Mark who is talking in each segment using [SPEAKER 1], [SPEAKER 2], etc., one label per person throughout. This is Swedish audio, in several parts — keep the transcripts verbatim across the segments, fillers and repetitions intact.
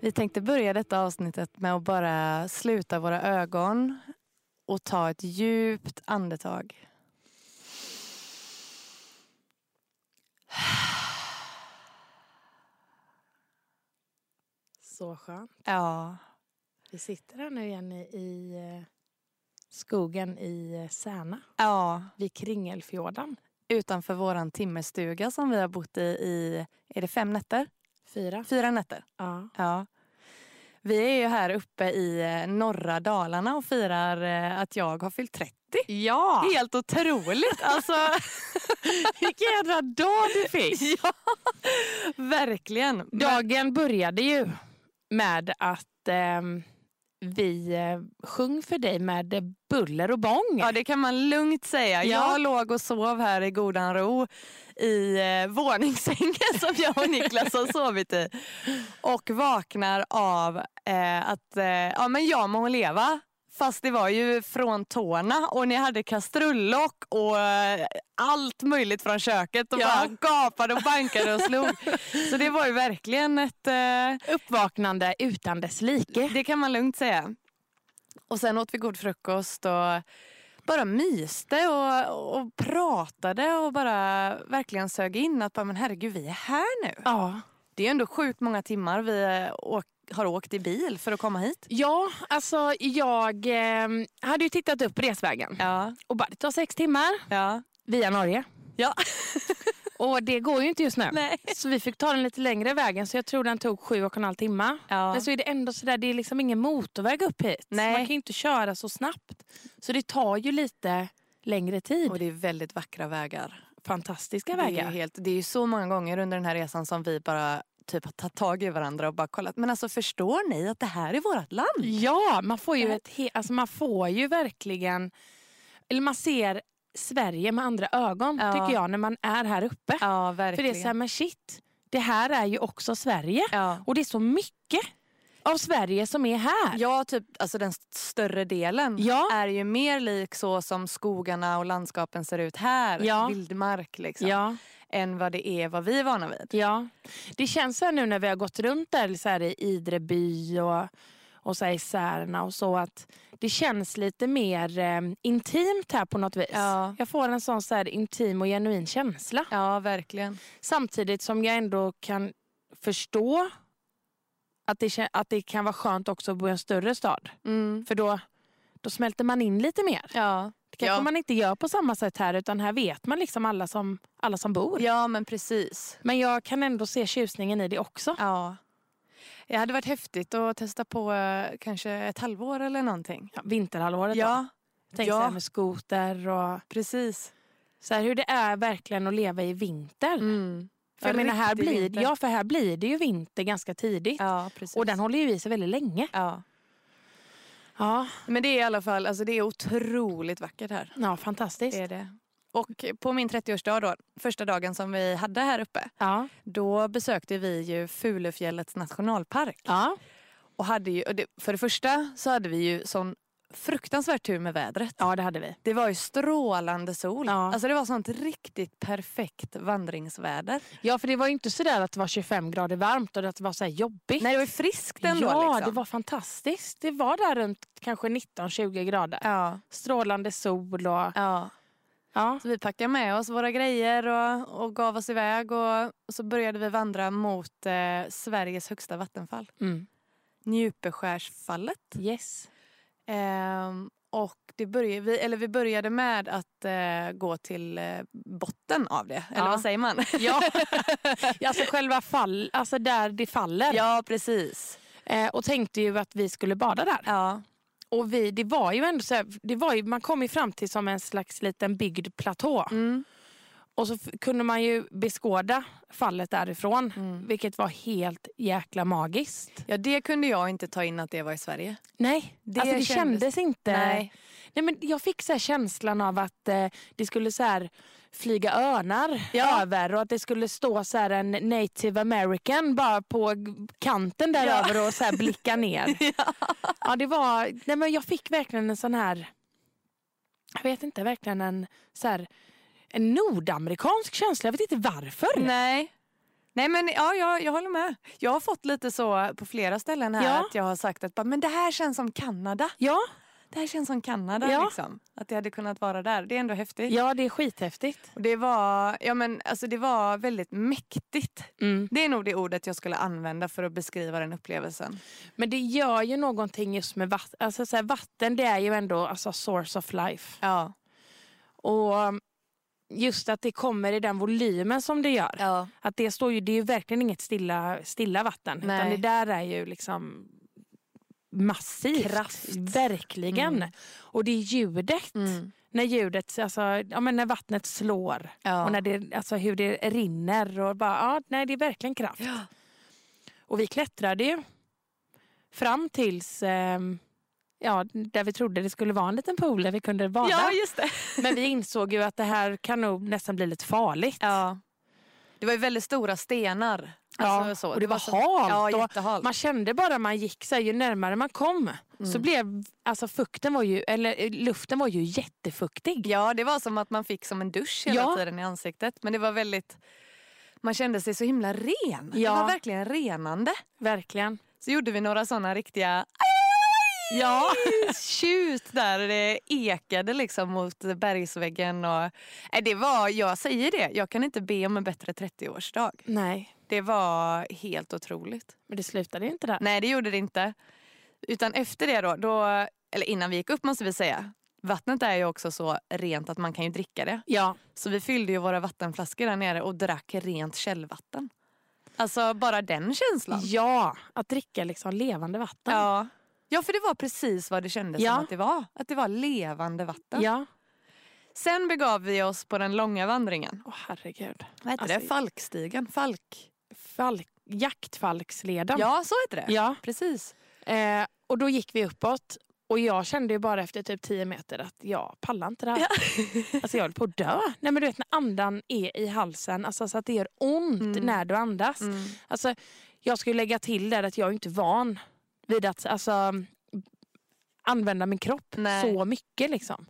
[SPEAKER 1] Vi tänkte börja detta avsnittet med att bara sluta våra ögon och ta ett djupt andetag.
[SPEAKER 2] Så skönt.
[SPEAKER 1] Ja.
[SPEAKER 2] Vi sitter här nu igen i, i skogen i Särna.
[SPEAKER 1] Ja.
[SPEAKER 2] Vid Kringelfjorden.
[SPEAKER 1] Utanför våran timmerstuga som vi har bott i i, är det fem nätter?
[SPEAKER 2] Fyra.
[SPEAKER 1] Fyra nätter.
[SPEAKER 2] Ja.
[SPEAKER 1] Ja. Vi är ju här uppe i norra Dalarna och firar att jag har fyllt trettio.
[SPEAKER 2] Ja!
[SPEAKER 1] Helt otroligt. Alltså,
[SPEAKER 2] vilken jädra dag du fick.
[SPEAKER 1] Ja, verkligen.
[SPEAKER 2] Dagen började ju med att eh, vi eh, sjöng för dig med buller och bång.
[SPEAKER 1] Ja, det kan man lugnt säga.
[SPEAKER 2] Ja.
[SPEAKER 1] Jag låg och sov här i godan ro i eh, våningssängen som jag och Niklas har sovit i. Och vaknar av eh, att eh, ja, men jag må leva. Fast det var ju från tårna och ni hade kastrullock och eh, allt möjligt från köket och
[SPEAKER 2] Ja.
[SPEAKER 1] bara gapade och bankade och slog. Så det var ju verkligen ett eh,
[SPEAKER 2] uppvaknande utan dess like.
[SPEAKER 1] Det kan man lugnt säga. Och sen åt vi god frukost och bara myste och, och pratade och bara verkligen sög in att bara, men herregud, vi är här nu.
[SPEAKER 2] Ja.
[SPEAKER 1] Det är ändå sjukt många timmar vi åk, har åkt i bil för att komma hit.
[SPEAKER 2] Ja, alltså jag eh, hade ju tittat upp resvägen.
[SPEAKER 1] Ja.
[SPEAKER 2] Och bara, det tar sex timmar
[SPEAKER 1] Ja.
[SPEAKER 2] via Norge.
[SPEAKER 1] Ja.
[SPEAKER 2] Och det går ju inte just nu.
[SPEAKER 1] Nej.
[SPEAKER 2] Så vi fick ta den lite längre vägen. Så jag tror den tog sju och en halv timme.
[SPEAKER 1] Ja.
[SPEAKER 2] Men så är det ändå sådär, det är liksom ingen motorväg upp hit.
[SPEAKER 1] Nej.
[SPEAKER 2] Man kan ju inte köra så snabbt. Så det tar ju lite längre tid.
[SPEAKER 1] Och det är väldigt vackra vägar.
[SPEAKER 2] Fantastiska
[SPEAKER 1] Det är,
[SPEAKER 2] vägar.
[SPEAKER 1] helt, det är ju så många gånger under den här resan som vi bara typ har tagit tag i varandra och bara kollat. Men alltså, förstår ni att det här är vårt land?
[SPEAKER 2] Ja, man får ju ett he- alltså man får ju verkligen, eller man ser Sverige med andra ögon,
[SPEAKER 1] Ja.
[SPEAKER 2] tycker jag, när man är här uppe.
[SPEAKER 1] Ja,
[SPEAKER 2] För
[SPEAKER 1] verkligen.
[SPEAKER 2] det är så här, men shit, det här är ju också Sverige.
[SPEAKER 1] Ja.
[SPEAKER 2] Och det är så mycket av Sverige som är här.
[SPEAKER 1] Ja, typ alltså den större delen
[SPEAKER 2] Ja.
[SPEAKER 1] är ju mer lik så som skogarna och landskapen ser ut här.
[SPEAKER 2] Ja.
[SPEAKER 1] Vildmark liksom.
[SPEAKER 2] Ja.
[SPEAKER 1] Än vad det är vad vi är vana vid.
[SPEAKER 2] Ja, det känns så här nu när vi har gått runt där så här i Idreby och, och så här i Särna och så, att det känns lite mer eh, intimt här på något vis.
[SPEAKER 1] Ja.
[SPEAKER 2] Jag får en sån så här intim och genuin känsla.
[SPEAKER 1] Ja, verkligen.
[SPEAKER 2] Samtidigt som jag ändå kan förstå att det, kä- att det kan vara skönt också att bo i en större stad.
[SPEAKER 1] Mm.
[SPEAKER 2] För då, då smälter man in lite mer.
[SPEAKER 1] Ja.
[SPEAKER 2] Det kanske
[SPEAKER 1] Ja.
[SPEAKER 2] man inte gör på samma sätt här, utan här vet man liksom alla som, alla som bor.
[SPEAKER 1] Ja, men precis.
[SPEAKER 2] Men jag kan ändå se tjusningen i det också.
[SPEAKER 1] Ja. Det hade varit häftigt att testa på eh, kanske ett halvår eller någonting.
[SPEAKER 2] Ja, vinterhalvåret
[SPEAKER 1] Ja.
[SPEAKER 2] då. Tänk
[SPEAKER 1] Ja.
[SPEAKER 2] så här med skoter och
[SPEAKER 1] Precis.
[SPEAKER 2] så här hur det är verkligen att leva i vinter.
[SPEAKER 1] Mm.
[SPEAKER 2] För jag
[SPEAKER 1] Ja,
[SPEAKER 2] menar, här
[SPEAKER 1] riktig
[SPEAKER 2] blir,
[SPEAKER 1] vinter.
[SPEAKER 2] ja, för här blir det ju vinter ganska tidigt.
[SPEAKER 1] Ja, precis.
[SPEAKER 2] Och den håller ju i sig väldigt länge.
[SPEAKER 1] Ja.
[SPEAKER 2] Ja,
[SPEAKER 1] Men det är i alla fall, alltså det är otroligt vackert här.
[SPEAKER 2] ja fantastiskt.
[SPEAKER 1] Det är det. Och på min trettioårsdag då, första dagen som vi hade här uppe,
[SPEAKER 2] Ja.
[SPEAKER 1] då besökte vi ju Fulufjällets nationalpark.
[SPEAKER 2] Ja.
[SPEAKER 1] Och hade ju, och det, för det första så hade vi ju sån fruktansvärt tur med vädret.
[SPEAKER 2] Ja, det hade vi.
[SPEAKER 1] Det var ju strålande sol.
[SPEAKER 2] Ja.
[SPEAKER 1] Alltså det var sånt riktigt perfekt vandringsväder.
[SPEAKER 2] Ja, för det var ju inte sådär att det var tjugofem grader varmt och att det var så här jobbigt.
[SPEAKER 1] Nej, det var ju friskt ändå.
[SPEAKER 2] Ja,
[SPEAKER 1] liksom.
[SPEAKER 2] det var fantastiskt. Det var där runt kanske nitton tjugo grader.
[SPEAKER 1] Ja.
[SPEAKER 2] Strålande sol och...
[SPEAKER 1] Ja.
[SPEAKER 2] Ja.
[SPEAKER 1] Så vi packade med oss våra grejer och, och gav oss iväg. Och, och så började vi vandra mot eh, Sveriges högsta vattenfall.
[SPEAKER 2] Mm.
[SPEAKER 1] Njupeskärsfallet.
[SPEAKER 2] Yes.
[SPEAKER 1] Ehm, och det började, vi, eller vi började med att eh, gå till eh, botten av det. Eller
[SPEAKER 2] Ja.
[SPEAKER 1] vad säger man?
[SPEAKER 2] Ja, alltså själva fall, alltså där det faller.
[SPEAKER 1] Ja, precis.
[SPEAKER 2] Eh, och tänkte ju att vi skulle bada där.
[SPEAKER 1] Ja.
[SPEAKER 2] Och vi, det var ju ändå så här, det var ju, man kom ju fram till som en slags liten byggd platå.
[SPEAKER 1] Mm.
[SPEAKER 2] Och så f- kunde man ju beskåda fallet därifrån.
[SPEAKER 1] Mm.
[SPEAKER 2] Vilket var helt jäkla magiskt.
[SPEAKER 1] Ja, det kunde jag inte ta in att det var i Sverige.
[SPEAKER 2] Nej,
[SPEAKER 1] Det
[SPEAKER 2] alltså det
[SPEAKER 1] kändes-
[SPEAKER 2] kändes inte.
[SPEAKER 1] Nej.
[SPEAKER 2] Nej, men jag fick så här känslan av att eh, det skulle så här flyga örnar
[SPEAKER 1] Ja.
[SPEAKER 2] över och att det skulle stå så här en native american bara på g- kanten där
[SPEAKER 1] Ja.
[SPEAKER 2] över och så här blicka ner.
[SPEAKER 1] Ja.
[SPEAKER 2] Ja, det var, nej, men jag fick verkligen en sån här, jag vet inte, verkligen en så här en nordamerikansk känsla. Jag vet inte varför.
[SPEAKER 1] Nej. Nej men ja, jag, jag håller med. Jag har fått lite så på flera ställen här
[SPEAKER 2] Ja.
[SPEAKER 1] att jag har sagt att men det här känns som Kanada.
[SPEAKER 2] Ja,
[SPEAKER 1] Det här känns som Kanada
[SPEAKER 2] Ja.
[SPEAKER 1] liksom. Att det hade kunnat vara där. Det är ändå häftigt.
[SPEAKER 2] ja, det är skithäftigt.
[SPEAKER 1] Och det var, ja men alltså det var väldigt mäktigt.
[SPEAKER 2] Mm.
[SPEAKER 1] Det är nog det ordet jag skulle använda för att beskriva den upplevelsen.
[SPEAKER 2] Men det gör ju någonting just med vatten. Alltså så här, vatten, det är ju ändå alltså source of life.
[SPEAKER 1] Ja.
[SPEAKER 2] Och just att det kommer i den volymen som det gör.
[SPEAKER 1] Ja.
[SPEAKER 2] Att det står ju, det är ju verkligen inget stilla, stilla vatten.
[SPEAKER 1] Nej.
[SPEAKER 2] Utan det där är ju liksom massivt.
[SPEAKER 1] Kraft.
[SPEAKER 2] Verkligen.
[SPEAKER 1] Mm.
[SPEAKER 2] Och det är ljudet.
[SPEAKER 1] Mm.
[SPEAKER 2] När ljudet, alltså, ja, men när vattnet slår.
[SPEAKER 1] Ja.
[SPEAKER 2] Och när det, alltså, hur det rinner. Och bara, ja, nej, det är verkligen kraft.
[SPEAKER 1] Ja.
[SPEAKER 2] Och vi klättrade ju fram tills eh, ja, där vi trodde det skulle vara en liten pool där vi kunde bada.
[SPEAKER 1] Ja, just det.
[SPEAKER 2] Men vi insåg ju att det här kan nog nästan bli lite farligt.
[SPEAKER 1] Ja. Det var ju väldigt stora stenar. Alltså,
[SPEAKER 2] Ja,
[SPEAKER 1] så.
[SPEAKER 2] och det, var
[SPEAKER 1] så,
[SPEAKER 2] halt.
[SPEAKER 1] Ja,
[SPEAKER 2] och
[SPEAKER 1] jättehalt.
[SPEAKER 2] man kände bara man gick så här, ju närmare man kom
[SPEAKER 1] Mm.
[SPEAKER 2] så blev alltså fukten var ju, eller luften var ju jättefuktig.
[SPEAKER 1] Ja, det var som att man fick som en dusch hela
[SPEAKER 2] Ja.
[SPEAKER 1] tiden i ansiktet. Men det var väldigt... Man kände sig så himla ren. Det
[SPEAKER 2] Ja.
[SPEAKER 1] var verkligen renande.
[SPEAKER 2] Verkligen.
[SPEAKER 1] Så gjorde vi några sådana riktiga...
[SPEAKER 2] Ja.
[SPEAKER 1] Tjut där det ekade liksom mot bergsväggen. Och, nej, det var, jag säger det, jag kan inte be om en bättre trettioårsdag.
[SPEAKER 2] Nej,
[SPEAKER 1] Det var helt otroligt.
[SPEAKER 2] men det slutade ju inte där.
[SPEAKER 1] Nej, det gjorde det inte. Utan efter det då, då, eller innan vi gick upp måste vi säga. Vattnet är ju också så rent att man kan ju dricka det.
[SPEAKER 2] Ja.
[SPEAKER 1] Så vi fyllde ju våra vattenflaskor där nere och drack rent källvatten. Alltså bara den känslan.
[SPEAKER 2] Ja, att dricka liksom levande vatten.
[SPEAKER 1] Ja. Ja, för det var precis vad det kändes
[SPEAKER 2] Ja.
[SPEAKER 1] som att det var. Att det var levande vatten.
[SPEAKER 2] Ja.
[SPEAKER 1] Sen begav vi oss på den långa vandringen.
[SPEAKER 2] Åh herregud.
[SPEAKER 1] Vad heter
[SPEAKER 2] Alltså,
[SPEAKER 1] det? Falkstigen? Falk?
[SPEAKER 2] Falk, jaktfalksleden.
[SPEAKER 1] Ja, så heter det.
[SPEAKER 2] Ja.
[SPEAKER 1] Precis.
[SPEAKER 2] Eh, och då gick vi uppåt. Och jag kände ju bara efter typ tio meter att jag pallar inte det här.
[SPEAKER 1] Ja.
[SPEAKER 2] Alltså jag höll på att dö. Nej men du vet när andan är i halsen. Alltså så att det gör ont
[SPEAKER 1] Mm.
[SPEAKER 2] när du andas.
[SPEAKER 1] Mm.
[SPEAKER 2] Alltså jag skulle lägga till där att jag är inte van vid att alltså, använda min kropp
[SPEAKER 1] Nej.
[SPEAKER 2] så mycket liksom.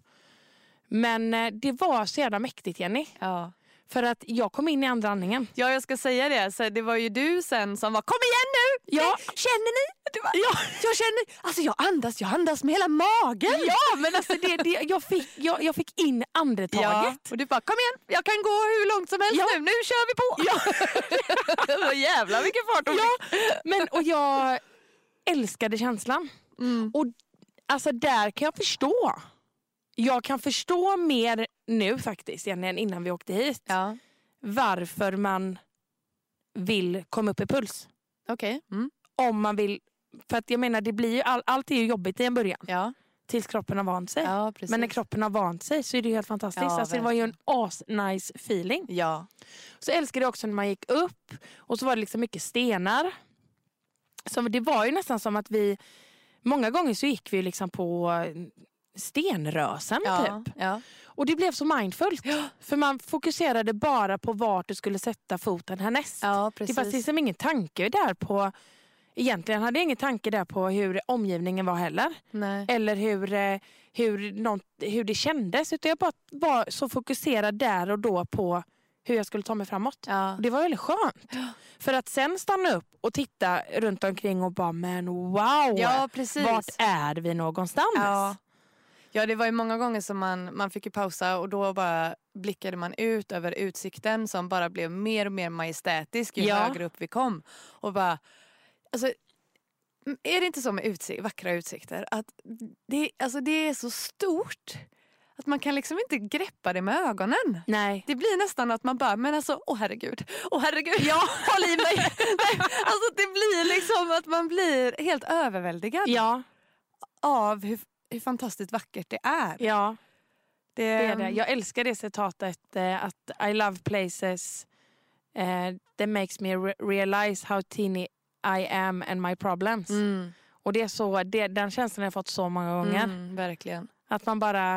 [SPEAKER 2] Men eh, det var så jävla mäktigt, Jenny.
[SPEAKER 1] Ja.
[SPEAKER 2] För att jag kom in i andra andningen.
[SPEAKER 1] Ja, jag ska säga det. Så det var ju du sen som var kom igen nu!
[SPEAKER 2] Ja.
[SPEAKER 1] Känner ni? Du bara, ja. Jag känner, alltså jag andas, jag andas med hela magen.
[SPEAKER 2] Ja, men alltså det, det, jag, fick, jag, jag fick in andetaget.
[SPEAKER 1] Ja. Och du bara, kom igen, jag kan gå hur långt som helst
[SPEAKER 2] Ja.
[SPEAKER 1] nu, nu kör vi på. Ja. Det var jävla vilken fart hon
[SPEAKER 2] Ja, men, och jag älskade känslan.
[SPEAKER 1] Mm.
[SPEAKER 2] Och alltså där kan jag förstå. Jag kan förstå mer nu faktiskt än innan vi åkte hit.
[SPEAKER 1] Ja,
[SPEAKER 2] Varför man vill komma upp i puls.
[SPEAKER 1] okej. Okay. Mm.
[SPEAKER 2] Om man vill. För att jag menar, det blir ju all, allt är ju jobbigt i en början.
[SPEAKER 1] Ja.
[SPEAKER 2] Tills kroppen har vant sig.
[SPEAKER 1] Ja, precis.
[SPEAKER 2] Men när kroppen har vant sig så är det ju helt fantastiskt.
[SPEAKER 1] Ja,
[SPEAKER 2] alltså, det var ju en as-nice feeling.
[SPEAKER 1] Ja.
[SPEAKER 2] Så älskade jag också när man gick upp. Och så var det liksom mycket stenar. Så det var ju nästan som att vi... Många gånger så gick vi liksom på stenrösen
[SPEAKER 1] Ja.
[SPEAKER 2] typ.
[SPEAKER 1] Ja.
[SPEAKER 2] Och det blev så mindfullt.
[SPEAKER 1] Ja.
[SPEAKER 2] För man fokuserade bara på vart du skulle sätta foten härnäst.
[SPEAKER 1] Ja,
[SPEAKER 2] Det
[SPEAKER 1] precis.
[SPEAKER 2] fanns liksom ingen tanke där på... Egentligen hade jag ingen tanke där på hur omgivningen var heller.
[SPEAKER 1] Nej.
[SPEAKER 2] Eller hur, eh, hur, någon, hur det kändes. Utan jag bara var så fokuserad där och då på hur jag skulle ta mig framåt.
[SPEAKER 1] Ja.
[SPEAKER 2] Och det var väldigt skönt. För att sen stanna upp och titta runt omkring och bara, men wow!
[SPEAKER 1] Ja, precis.
[SPEAKER 2] Vart är vi någonstans?
[SPEAKER 1] Ja. Ja, det var ju många gånger som man, man fick ju pausa och då bara blickade man ut över utsikten som bara blev mer och mer majestätisk ju
[SPEAKER 2] Ja.
[SPEAKER 1] högre upp vi kom. Och bara, alltså, är det inte så med utsikt, vackra utsikter att det, alltså, det är så stort att man kan liksom inte greppa det med ögonen.
[SPEAKER 2] Nej.
[SPEAKER 1] Det blir nästan att man bara, men alltså, åh herregud, åh herregud, ja, håll i mig. Nej, alltså det blir liksom att man blir helt överväldigad
[SPEAKER 2] Ja,
[SPEAKER 1] av hur, hur fantastiskt vackert det är.
[SPEAKER 2] ja.
[SPEAKER 1] Det,
[SPEAKER 2] Det är det. Jag älskar det citatet eh, att I love places eh, that makes me re- realize how teeny I am and my problems.
[SPEAKER 1] Mm,
[SPEAKER 2] Och det är så, det, den känslan har jag fått så många gånger.
[SPEAKER 1] mm, verkligen.
[SPEAKER 2] Att man bara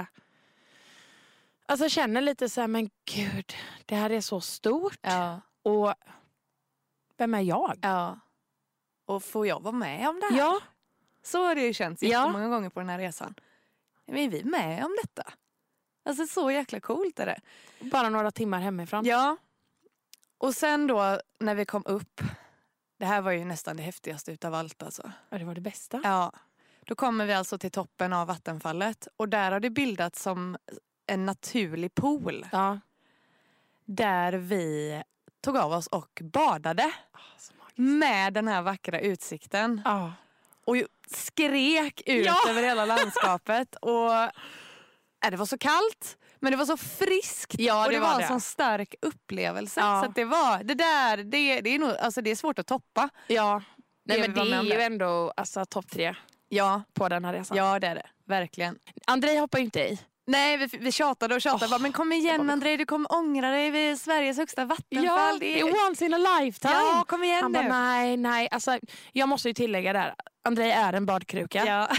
[SPEAKER 2] alltså känner lite så här, men gud, det här är så stort.
[SPEAKER 1] Ja,
[SPEAKER 2] Och vem är jag?
[SPEAKER 1] ja. Och får jag vara med om det här?
[SPEAKER 2] Ja,
[SPEAKER 1] Så har det ju känts
[SPEAKER 2] Ja.
[SPEAKER 1] jättemånga gånger på den här resan. Men är vi med om detta? Alltså så jäkla coolt är det.
[SPEAKER 2] bara några timmar hemifrån.
[SPEAKER 1] Ja. Och sen då när vi kom upp, det här var ju nästan det häftigaste utav allt alltså.
[SPEAKER 2] Ja, det var det bästa.
[SPEAKER 1] Ja, då kommer vi alltså till toppen av vattenfallet och där har det bildats som en naturlig pool.
[SPEAKER 2] Ja.
[SPEAKER 1] Där vi tog av oss och badade med den här vackra utsikten.
[SPEAKER 2] Ja.
[SPEAKER 1] Och skrek ut
[SPEAKER 2] Ja.
[SPEAKER 1] över hela landskapet. Och äh, det var så kallt, men det var så friskt.
[SPEAKER 2] Ja,
[SPEAKER 1] och det,
[SPEAKER 2] det
[SPEAKER 1] var,
[SPEAKER 2] var
[SPEAKER 1] en
[SPEAKER 2] det.
[SPEAKER 1] sån stark upplevelse.
[SPEAKER 2] Ja.
[SPEAKER 1] Så att det var, det där, det, det, är nog, alltså det är svårt att toppa.
[SPEAKER 2] Ja. Nej,
[SPEAKER 1] Det
[SPEAKER 2] men
[SPEAKER 1] vi var
[SPEAKER 2] det
[SPEAKER 1] med
[SPEAKER 2] är
[SPEAKER 1] om
[SPEAKER 2] ju
[SPEAKER 1] det.
[SPEAKER 2] ändå alltså, topp tre
[SPEAKER 1] Ja,
[SPEAKER 2] på den här resan.
[SPEAKER 1] ja det är det. Verkligen.
[SPEAKER 2] Andrei hoppar ju inte i.
[SPEAKER 1] Nej, vi, vi tjatade och tjatade.
[SPEAKER 2] Oh,
[SPEAKER 1] bara, men kom igen Andrei, du kommer ångra dig vid Sveriges högsta vattenfall.
[SPEAKER 2] det är once in a lifetime.
[SPEAKER 1] Ja, kom igen
[SPEAKER 2] Han
[SPEAKER 1] nu.
[SPEAKER 2] bara, nej, nej. Alltså, jag måste ju tillägga där. Andrei är en badkruka.
[SPEAKER 1] Ja.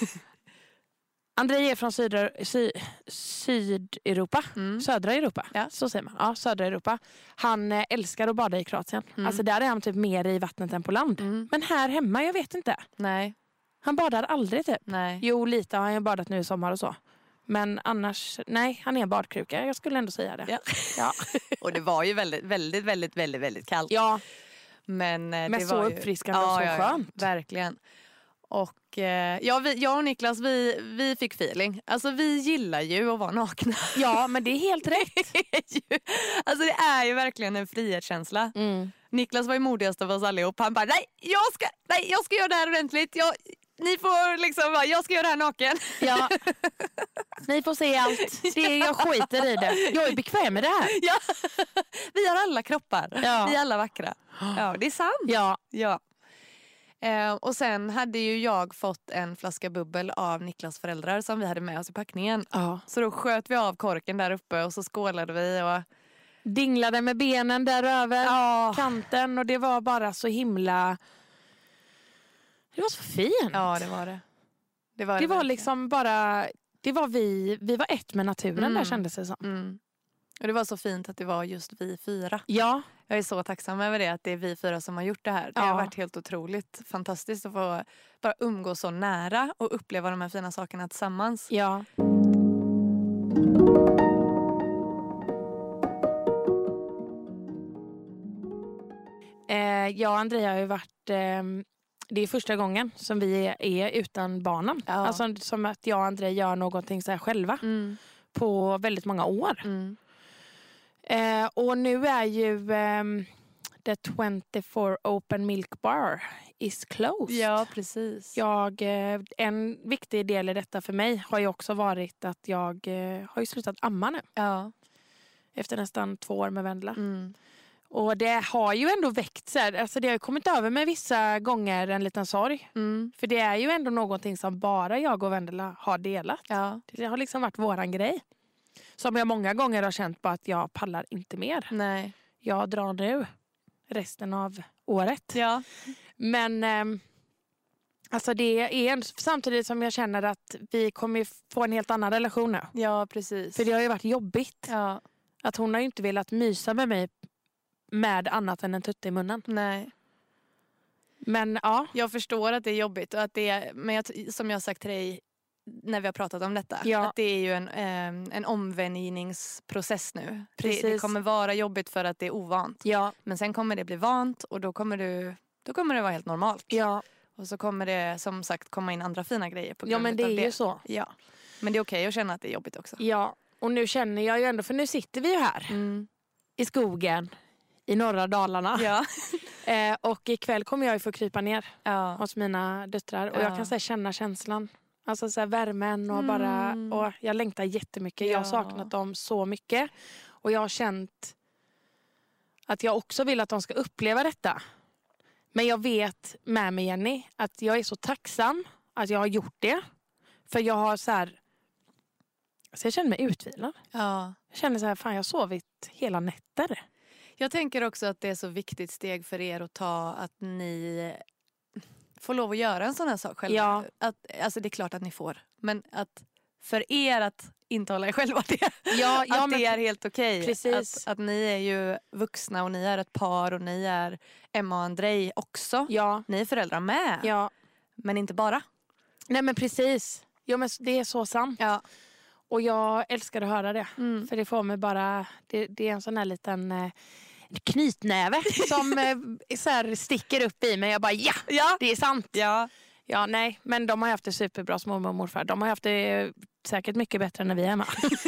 [SPEAKER 2] Andrei är från syder, sy, Sydeuropa.
[SPEAKER 1] Mm.
[SPEAKER 2] Södra Europa.
[SPEAKER 1] Ja.
[SPEAKER 2] Så säger man. Ja, södra Europa. Han eh, älskar att bada i Kroatien.
[SPEAKER 1] Mm.
[SPEAKER 2] Alltså där är han typ mer i vattnet än på land.
[SPEAKER 1] Mm.
[SPEAKER 2] Men här hemma, jag vet inte.
[SPEAKER 1] Nej,
[SPEAKER 2] Han badar aldrig typ.
[SPEAKER 1] nej.
[SPEAKER 2] Jo, lite har han ju badat nu i sommar och så. Men annars, nej, han är en badkruka. Jag skulle ändå säga det.
[SPEAKER 1] Ja.
[SPEAKER 2] Ja.
[SPEAKER 1] Och det var ju väldigt, väldigt, väldigt, väldigt, väldigt kallt.
[SPEAKER 2] Ja,
[SPEAKER 1] Men, eh,
[SPEAKER 2] men
[SPEAKER 1] det
[SPEAKER 2] så
[SPEAKER 1] var ju,
[SPEAKER 2] uppfriskande och så skönt.
[SPEAKER 1] Verkligen. Och eh, ja, vi, jag och Niklas, vi, vi fick feeling. Alltså vi gillar ju att vara nakna.
[SPEAKER 2] Ja, men det är helt rätt.
[SPEAKER 1] Det är ju, alltså det är ju verkligen en frihetskänsla.
[SPEAKER 2] Mm.
[SPEAKER 1] Niklas var ju modigast av oss allihop. Han bara, nej jag ska, nej, jag ska göra det här ordentligt. Jag, ni får liksom, bara, jag ska göra det här naken.
[SPEAKER 2] Ja. Ni får se allt. Det, jag skiter i det. Jag är bekväm med det här.
[SPEAKER 1] Ja. Vi har alla kroppar.
[SPEAKER 2] Ja.
[SPEAKER 1] Vi är alla vackra. Ja, det är sant.
[SPEAKER 2] Ja.
[SPEAKER 1] Ja. Eh, och sen hade ju jag fått en flaska bubbel av Niklas föräldrar som vi hade med oss i packningen.
[SPEAKER 2] Ja.
[SPEAKER 1] Så då sköt vi av korken där uppe och så skålade vi. Och...
[SPEAKER 2] Dinglade med benen där över
[SPEAKER 1] Ja.
[SPEAKER 2] kanten och det var bara så himla... Det var så fint.
[SPEAKER 1] Ja, det var det. Det var,
[SPEAKER 2] det
[SPEAKER 1] det
[SPEAKER 2] var
[SPEAKER 1] verkligen.
[SPEAKER 2] liksom bara... Det var vi, vi var ett med naturen
[SPEAKER 1] Mm.
[SPEAKER 2] där kändes det som.
[SPEAKER 1] Mm. Och det var så fint att det var just vi fyra.
[SPEAKER 2] Ja.
[SPEAKER 1] Jag är så tacksam över det, att det är vi fyra som har gjort det här. Det
[SPEAKER 2] Ja.
[SPEAKER 1] har varit helt otroligt fantastiskt att få bara umgås så nära och uppleva de här fina sakerna tillsammans.
[SPEAKER 2] Ja. Eh, jag och Andrea har ju varit... Eh, det är första gången som vi är, är utan barnen.
[SPEAKER 1] Ja.
[SPEAKER 2] Alltså som att jag och Andrea gör någonting så här själva
[SPEAKER 1] Mm.
[SPEAKER 2] på väldigt många år.
[SPEAKER 1] Mm.
[SPEAKER 2] Eh, och nu är ju ehm, the twenty-four Open Milk Bar is closed.
[SPEAKER 1] Ja, precis.
[SPEAKER 2] Jag, eh, en viktig del i detta för mig har ju också varit att jag eh, har ju slutat amma nu.
[SPEAKER 1] Ja.
[SPEAKER 2] Efter nästan två år med Vendela.
[SPEAKER 1] Mm.
[SPEAKER 2] Och det har ju ändå väckt så här, alltså det har ju kommit över med vissa gånger en liten sorg.
[SPEAKER 1] Mm.
[SPEAKER 2] För det är ju ändå någonting som bara jag och Vendela har delat.
[SPEAKER 1] Ja.
[SPEAKER 2] Det har liksom varit våran grej. Som jag många gånger har känt på att jag pallar inte mer.
[SPEAKER 1] Nej.
[SPEAKER 2] Jag drar nu resten av året.
[SPEAKER 1] Ja.
[SPEAKER 2] Men eh, alltså det är en, samtidigt som jag känner att vi kommer få en helt annan relation nu.
[SPEAKER 1] Ja, precis.
[SPEAKER 2] För det har ju varit jobbigt.
[SPEAKER 1] Ja.
[SPEAKER 2] Att hon har ju inte velat mysa med mig med annat än en tutte i munnen.
[SPEAKER 1] Nej.
[SPEAKER 2] Men ja.
[SPEAKER 1] Jag förstår att det är jobbigt. Och att det är, men jag, som jag har sagt till dig när vi har pratat om detta.
[SPEAKER 2] Ja.
[SPEAKER 1] Att det är ju en, eh, en omvänjningsprocess nu. Det,
[SPEAKER 2] Precis.
[SPEAKER 1] det kommer vara jobbigt för att det är ovant.
[SPEAKER 2] Ja.
[SPEAKER 1] Men sen kommer det bli vant och då kommer, du, då kommer det vara helt normalt.
[SPEAKER 2] Ja.
[SPEAKER 1] Och så kommer det som sagt komma in andra fina grejer på grund
[SPEAKER 2] Ja, men det
[SPEAKER 1] av
[SPEAKER 2] är
[SPEAKER 1] det.
[SPEAKER 2] ju så.
[SPEAKER 1] Ja. Men det är okej att känna att det är jobbigt också.
[SPEAKER 2] Ja. Och nu känner jag ju ändå, för nu sitter vi ju här
[SPEAKER 1] Mm.
[SPEAKER 2] i skogen i norra Dalarna.
[SPEAKER 1] Ja.
[SPEAKER 2] Eh, och ikväll kommer jag ju få krypa ner
[SPEAKER 1] Ja.
[SPEAKER 2] hos mina döttrar. Och
[SPEAKER 1] Ja.
[SPEAKER 2] jag kan så här, känna känslan. Alltså så här, värmen och
[SPEAKER 1] Mm.
[SPEAKER 2] bara... Och jag längtar jättemycket. Jag har
[SPEAKER 1] Ja.
[SPEAKER 2] saknat dem så mycket. Och jag har känt att jag också vill att de ska uppleva detta. Men jag vet med mig, Jenny, att jag är så tacksam att jag har gjort det. För jag har så här... Så jag känner mig utvilad.
[SPEAKER 1] Ja.
[SPEAKER 2] Jag känner så här, fan jag har sovit hela nätter.
[SPEAKER 1] Jag tänker också att det är så viktigt steg för er att ta att ni får lov att göra en sån här sak själva.
[SPEAKER 2] Ja.
[SPEAKER 1] Att, alltså det är klart att ni får. Men att för er att intala er själva det.
[SPEAKER 2] Ja, ja,
[SPEAKER 1] att
[SPEAKER 2] men
[SPEAKER 1] det är helt okej.
[SPEAKER 2] precis.
[SPEAKER 1] Att, att ni är ju vuxna och ni är ett par och ni är Emma och Andrei också.
[SPEAKER 2] Ja,
[SPEAKER 1] Ni är föräldrar med.
[SPEAKER 2] ja.
[SPEAKER 1] Men inte bara.
[SPEAKER 2] Nej men precis. Ja, men det är så sant.
[SPEAKER 1] Ja.
[SPEAKER 2] Och jag älskar att höra det.
[SPEAKER 1] Mm.
[SPEAKER 2] För det får mig bara... Det, det är en sån här liten... Eh, knytnäve som eh, så här sticker upp i mig. Jag bara ja,
[SPEAKER 1] Ja.
[SPEAKER 2] det är sant.
[SPEAKER 1] Ja.
[SPEAKER 2] Ja, nej, men de har haft det superbra, mormor och morfar. De har haft det eh, säkert mycket bättre än när vi är hemma.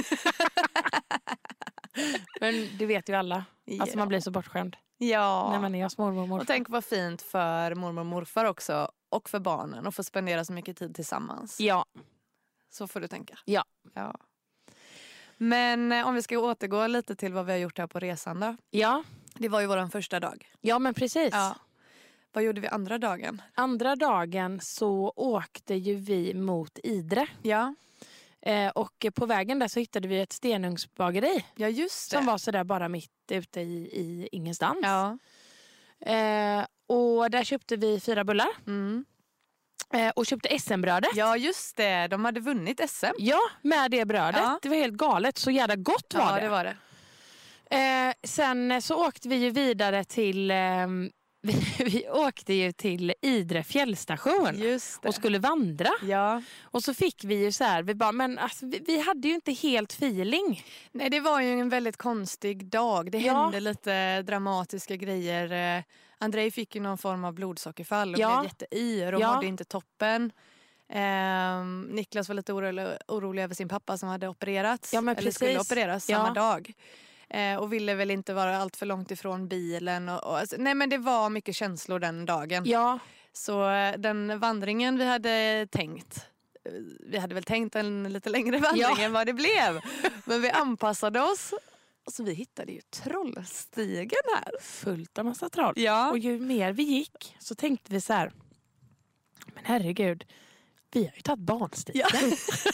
[SPEAKER 2] Men det vet ju alla. Alltså
[SPEAKER 1] Ja.
[SPEAKER 2] man blir så bortskämd
[SPEAKER 1] Ja.
[SPEAKER 2] när man är hos mormor och morfar.
[SPEAKER 1] Och tänk vad fint för mormor och morfar också. Och för barnen. Och få spendera så mycket tid tillsammans.
[SPEAKER 2] Ja.
[SPEAKER 1] Så får du tänka.
[SPEAKER 2] Ja.
[SPEAKER 1] Ja. Men eh, om vi ska återgå lite till vad vi har gjort här på resan då.
[SPEAKER 2] Ja.
[SPEAKER 1] Det var ju vår första dag.
[SPEAKER 2] Ja, men precis.
[SPEAKER 1] Ja. Vad gjorde vi andra dagen?
[SPEAKER 2] Andra dagen så åkte ju vi mot Idre.
[SPEAKER 1] Ja.
[SPEAKER 2] Eh, och på vägen där så hittade vi ett stenugnsbageri.
[SPEAKER 1] Ja, just det.
[SPEAKER 2] Som var sådär bara mitt ute i, i ingenstans.
[SPEAKER 1] Ja.
[SPEAKER 2] Eh, och där köpte vi fyra bullar.
[SPEAKER 1] Mm.
[SPEAKER 2] Eh, och köpte S M-brödet.
[SPEAKER 1] Ja, just det. De hade vunnit S M.
[SPEAKER 2] Ja, med det brödet.
[SPEAKER 1] Ja.
[SPEAKER 2] Det var helt galet. Så jävla gott var
[SPEAKER 1] Ja,
[SPEAKER 2] det.
[SPEAKER 1] det var det.
[SPEAKER 2] Eh, sen så åkte vi ju vidare till... Eh, vi, vi åkte ju till Idre fjällstation.
[SPEAKER 1] Just det.
[SPEAKER 2] Och skulle vandra.
[SPEAKER 1] Ja.
[SPEAKER 2] Och så fick vi ju så här, vi bara, men alltså, vi, vi hade ju inte helt feeling.
[SPEAKER 1] Nej, det var ju en väldigt konstig dag. Det
[SPEAKER 2] Ja.
[SPEAKER 1] hände lite dramatiska grejer. Eh, Andrei fick ju någon form av blodsockerfall och
[SPEAKER 2] Ja.
[SPEAKER 1] blev jätteyr och
[SPEAKER 2] Ja.
[SPEAKER 1] mådde inte toppen. Eh, Niklas var lite orolig, orolig över sin pappa som hade opererats.
[SPEAKER 2] Ja, men
[SPEAKER 1] eller skulle
[SPEAKER 2] precis.
[SPEAKER 1] opereras
[SPEAKER 2] Ja.
[SPEAKER 1] samma dag. Eh, och ville väl inte vara allt för långt ifrån bilen. Och, och, alltså, nej, men det var mycket känslor den dagen.
[SPEAKER 2] Ja,
[SPEAKER 1] Så eh, den vandringen vi hade tänkt, eh, vi hade väl tänkt en lite längre vandring
[SPEAKER 2] Ja.
[SPEAKER 1] än vad det blev. Men vi anpassade oss. Och så vi hittade ju Trollstigen här.
[SPEAKER 2] fullt av massa troll.
[SPEAKER 1] Ja.
[SPEAKER 2] Och ju mer vi gick så tänkte vi så här, men herregud, vi har ju tagit barnstigen.
[SPEAKER 1] Ja.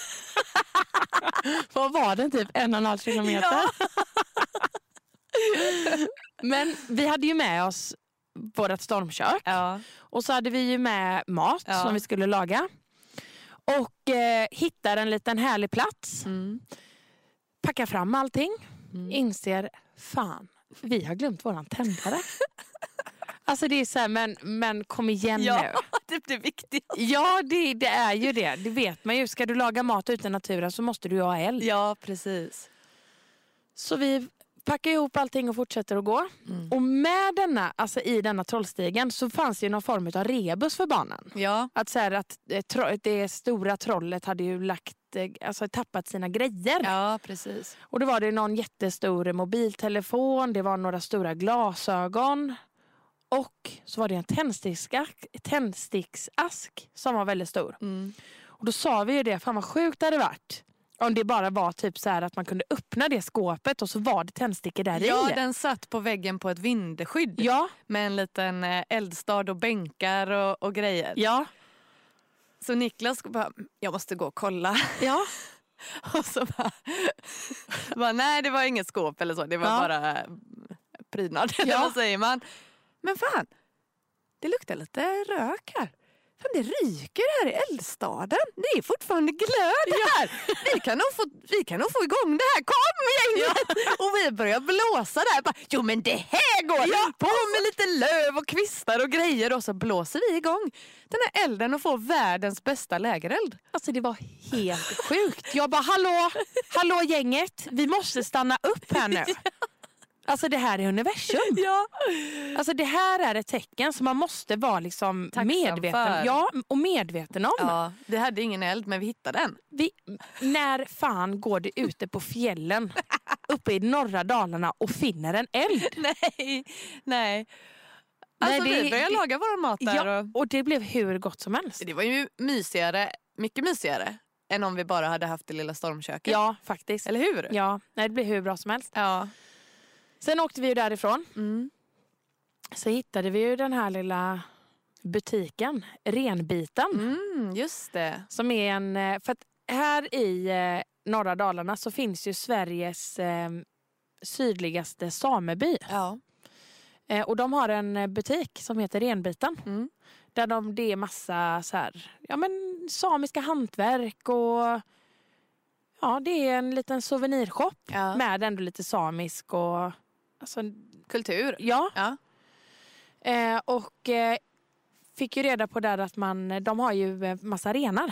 [SPEAKER 2] Vad var det, typ en och en halv kilometer?
[SPEAKER 1] Ja.
[SPEAKER 2] Men vi hade ju med oss vårt stormkök.
[SPEAKER 1] Ja.
[SPEAKER 2] Och så hade vi ju med mat
[SPEAKER 1] Ja.
[SPEAKER 2] som vi skulle laga. Och eh, hittar en liten härlig plats.
[SPEAKER 1] Mm.
[SPEAKER 2] Packar fram allting.
[SPEAKER 1] Mm.
[SPEAKER 2] Inser, fan, vi har glömt våran tändare. Alltså det är så här, men, men kom igen
[SPEAKER 1] Ja,
[SPEAKER 2] nu.
[SPEAKER 1] det är det viktiga.
[SPEAKER 2] Ja, det, det är ju det. Det vet man ju. Ska du laga mat ute i naturen så måste du ju ha eld.
[SPEAKER 1] Ja, precis.
[SPEAKER 2] Så vi packar ihop allting och fortsätter att gå.
[SPEAKER 1] Mm.
[SPEAKER 2] Och med denna, alltså i denna trollstigen så fanns det ju någon form av rebus för barnen.
[SPEAKER 1] Ja.
[SPEAKER 2] Att så här, att eh, tro, det stora trollet hade ju lagt, eh, alltså tappat sina grejer.
[SPEAKER 1] Ja, precis.
[SPEAKER 2] Och då var det någon jättestor mobiltelefon, det var några stora glasögon. Och så var det en tändsticksask, tändsticksask som var väldigt stor.
[SPEAKER 1] Mm.
[SPEAKER 2] Och då sa vi ju det, fan vad sjukt det hade varit. Om det bara var typ så här att man kunde öppna det skåpet och så var det tändstickor där
[SPEAKER 1] Ja,
[SPEAKER 2] i.
[SPEAKER 1] den satt på väggen på ett vindskydd.
[SPEAKER 2] Ja,
[SPEAKER 1] Med en liten eh, eldstad och bänkar och, och grejer.
[SPEAKER 2] ja,
[SPEAKER 1] Så Niklas bara, jag måste gå och kolla.
[SPEAKER 2] ja.
[SPEAKER 1] Och så bara, bara nej det var inget skåp eller så. Det var
[SPEAKER 2] Ja.
[SPEAKER 1] bara prydnad. Eller
[SPEAKER 2] Ja.
[SPEAKER 1] vad säger man? Men fan, det luktar lite rök här. Fan, det ryker här i eldstaden. Det är fortfarande glöd här. Vi, kan nog få, vi kan nog få igång det här. Kom gänget! Och vi börjar blåsa där. Bara, jo men det här går. På med lite löv och kvistar och grejer. Och så blåser vi igång den här elden och får världens bästa lägereld.
[SPEAKER 2] Alltså det var helt sjukt. Jag bara, hallå, hallå gänget, vi måste stanna upp här nu. Alltså det här är universum.
[SPEAKER 1] Ja.
[SPEAKER 2] Alltså det här är ett tecken som man måste vara liksom
[SPEAKER 1] Tacksam
[SPEAKER 2] medveten,
[SPEAKER 1] för.
[SPEAKER 2] ja, och medveten om.
[SPEAKER 1] Ja, vi hade ingen eld men vi hittade den.
[SPEAKER 2] Vi, när fan går det ute på fjällen uppe i norra Dalarna och finner en eld?
[SPEAKER 1] Nej, nej. Alltså
[SPEAKER 2] Nej, det-
[SPEAKER 1] vi började
[SPEAKER 2] det-
[SPEAKER 1] laga vår mat där.
[SPEAKER 2] Ja,
[SPEAKER 1] Och
[SPEAKER 2] och det blev hur gott som helst.
[SPEAKER 1] det var ju mysigare, mycket mysigare än om vi bara hade haft det lilla stormköket.
[SPEAKER 2] Ja, faktiskt.
[SPEAKER 1] Eller hur?
[SPEAKER 2] Ja, nej, det blev hur bra som helst.
[SPEAKER 1] Ja.
[SPEAKER 2] Sen åkte vi ju därifrån.
[SPEAKER 1] Mm.
[SPEAKER 2] Så hittade vi ju den här lilla butiken, Renbiten.
[SPEAKER 1] Mm, just det.
[SPEAKER 2] Som är en, eh, för att här i eh, norra Dalarna så finns ju Sveriges eh, sydligaste sameby.
[SPEAKER 1] Ja.
[SPEAKER 2] Eh, och de har en eh, butik som heter Renbiten.
[SPEAKER 1] Mm.
[SPEAKER 2] Där de, det är massa så här, ja, men samiska hantverk och ja, det är en liten souvenirshop
[SPEAKER 1] Ja.
[SPEAKER 2] med ändå lite samisk och alltså,
[SPEAKER 1] Kultur.
[SPEAKER 2] ja.
[SPEAKER 1] Ja.
[SPEAKER 2] Eh, och eh, fick ju reda på där att man, de har ju eh, massa renar.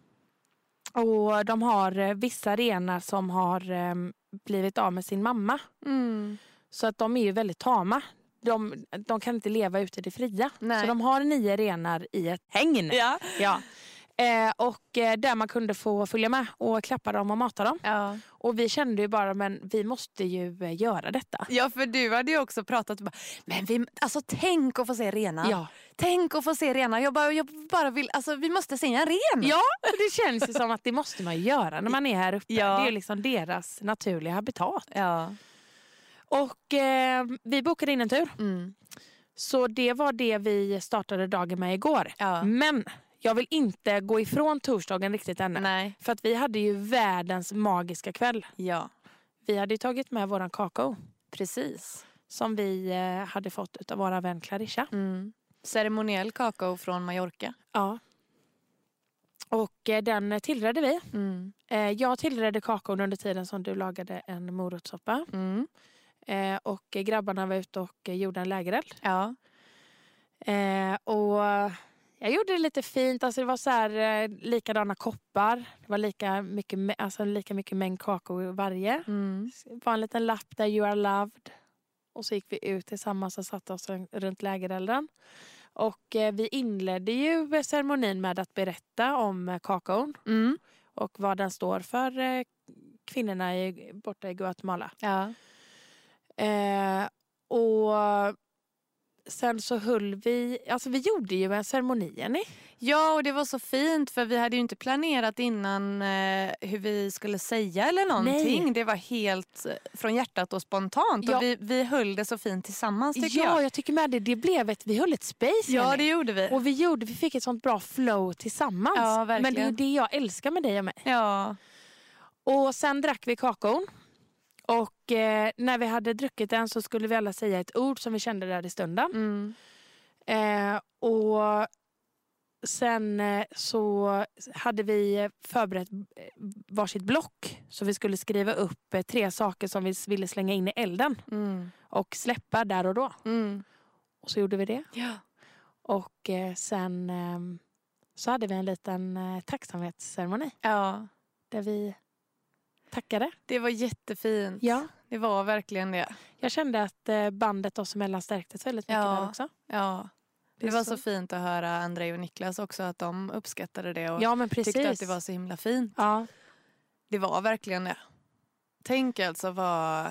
[SPEAKER 2] Och de har eh, vissa renar som har eh, blivit av med sin mamma.
[SPEAKER 1] Mm.
[SPEAKER 2] Så att de är ju väldigt tama. De, de kan inte leva ute i det fria.
[SPEAKER 1] Nej.
[SPEAKER 2] Så de har nio renar i ett hägn.
[SPEAKER 1] Ja.
[SPEAKER 2] Ja. Eh, och eh, där man kunde få följa med och klappa dem och mata dem.
[SPEAKER 1] Ja.
[SPEAKER 2] Och vi kände ju bara, men vi måste ju eh, göra detta.
[SPEAKER 1] Ja, för du hade ju också pratat bara, men vi, alltså tänk att få se renar.
[SPEAKER 2] Ja.
[SPEAKER 1] Tänk att få se renar. Jag bara, jag bara vill, alltså vi måste se en ren.
[SPEAKER 2] Ja, och det känns ju som att det måste man göra när man är här uppe.
[SPEAKER 1] Ja.
[SPEAKER 2] Det är liksom deras naturliga habitat.
[SPEAKER 1] Ja.
[SPEAKER 2] Och eh, vi bokade in en tur.
[SPEAKER 1] Mm.
[SPEAKER 2] Så det var det vi startade dagen med igår.
[SPEAKER 1] Ja.
[SPEAKER 2] Men jag vill inte gå ifrån torsdagen riktigt ännu.
[SPEAKER 1] Nej.
[SPEAKER 2] För att vi hade ju världens magiska kväll.
[SPEAKER 1] Ja,
[SPEAKER 2] Vi hade ju tagit med våran kakao.
[SPEAKER 1] precis.
[SPEAKER 2] Som vi eh, hade fått av våra vän Clarissa.
[SPEAKER 1] Mm. Ceremoniell kakao från Mallorca.
[SPEAKER 2] Ja. Och eh, den tillredde vi.
[SPEAKER 1] Mm.
[SPEAKER 2] Eh, jag tillredde kakaon under tiden som du lagade en morotssoppa.
[SPEAKER 1] Mm.
[SPEAKER 2] Eh, och eh, grabbarna var ute och eh, gjorde en lägereld.
[SPEAKER 1] Ja.
[SPEAKER 2] Eh, och jag gjorde det lite fint. Alltså det var så här eh, likadana koppar. Det var lika mycket, mä- alltså lika mycket mängd kakao i varje.
[SPEAKER 1] Mm.
[SPEAKER 2] Det var en liten lapp där you are loved. Och så gick vi ut tillsammans och satte oss runt lägerelden. Och eh, vi inledde ju ceremonin med att berätta om eh, kakaon.
[SPEAKER 1] Mm.
[SPEAKER 2] Och vad den står för eh, kvinnorna i, borta i Guatemala.
[SPEAKER 1] Ja.
[SPEAKER 2] Eh, och sen så höll vi, alltså vi gjorde ju en ceremoni, Jenny.
[SPEAKER 1] Ja, och det var så fint för vi hade ju inte planerat innan eh, hur vi skulle säga eller någonting.
[SPEAKER 2] Nej.
[SPEAKER 1] Det var helt eh, från hjärtat och spontant.
[SPEAKER 2] Ja.
[SPEAKER 1] Och vi, vi höll det så fint tillsammans tycker
[SPEAKER 2] Ja,
[SPEAKER 1] jag.
[SPEAKER 2] jag tycker med det. Det blev ett, vi höll ett space.
[SPEAKER 1] Ja,
[SPEAKER 2] Jenny.
[SPEAKER 1] det gjorde vi.
[SPEAKER 2] Och vi gjorde, vi fick ett sånt bra flow tillsammans.
[SPEAKER 1] Ja, verkligen.
[SPEAKER 2] Men det är ju det jag älskar med dig och mig.
[SPEAKER 1] Ja.
[SPEAKER 2] Och sen drack vi kakaon. Och eh, när vi hade druckit den så skulle vi alla säga ett ord som vi kände där i stunden.
[SPEAKER 1] Mm.
[SPEAKER 2] Eh, och sen eh, så hade vi förberett eh, varsitt block. Så vi skulle skriva upp eh, tre saker som vi ville slänga in i elden.
[SPEAKER 1] Mm.
[SPEAKER 2] Och släppa där och då.
[SPEAKER 1] Mm.
[SPEAKER 2] Och så gjorde vi det.
[SPEAKER 1] Ja.
[SPEAKER 2] Och eh, sen eh, så hade vi en liten eh, tacksamhetsceremoni.
[SPEAKER 1] Ja.
[SPEAKER 2] Där vi tackade.
[SPEAKER 1] Det var jättefint.
[SPEAKER 2] Ja.
[SPEAKER 1] Det var verkligen det.
[SPEAKER 2] Jag kände att eh, bandet oss emellan stärktes väldigt mycket
[SPEAKER 1] Ja.
[SPEAKER 2] där också.
[SPEAKER 1] Ja. Det,
[SPEAKER 2] Det är
[SPEAKER 1] var
[SPEAKER 2] så-
[SPEAKER 1] så fint att höra Andrei och Niklas också att de uppskattade det och
[SPEAKER 2] Ja, men precis.
[SPEAKER 1] tyckte att det var så himla fint.
[SPEAKER 2] Ja.
[SPEAKER 1] Det var verkligen det. Tänk alltså vad...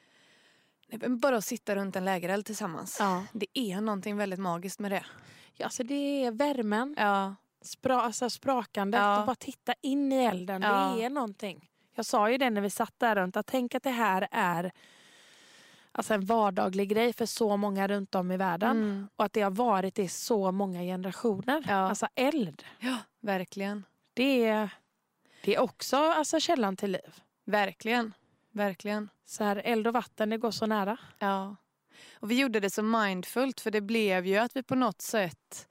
[SPEAKER 1] Bara att sitta runt en lägereld tillsammans.
[SPEAKER 2] Ja.
[SPEAKER 1] Det är någonting väldigt magiskt med det.
[SPEAKER 2] Ja, alltså det är värmen,
[SPEAKER 1] Ja.
[SPEAKER 2] spra, alltså sprakandet
[SPEAKER 1] Ja.
[SPEAKER 2] och bara titta in i elden.
[SPEAKER 1] Ja.
[SPEAKER 2] Det är någonting. Jag sa ju det när vi satt där runt att tänk att det här är alltså en vardaglig grej för så många runt om i världen.
[SPEAKER 1] Mm.
[SPEAKER 2] Och att det har varit det i så många generationer.
[SPEAKER 1] Ja.
[SPEAKER 2] Alltså eld.
[SPEAKER 1] Ja, verkligen.
[SPEAKER 2] Det är, det är också alltså källan till liv.
[SPEAKER 1] Verkligen. Verkligen.
[SPEAKER 2] Så här, eld och vatten, det går så nära.
[SPEAKER 1] Ja. Och vi gjorde det så mindfullt för det blev ju att vi på något sätt...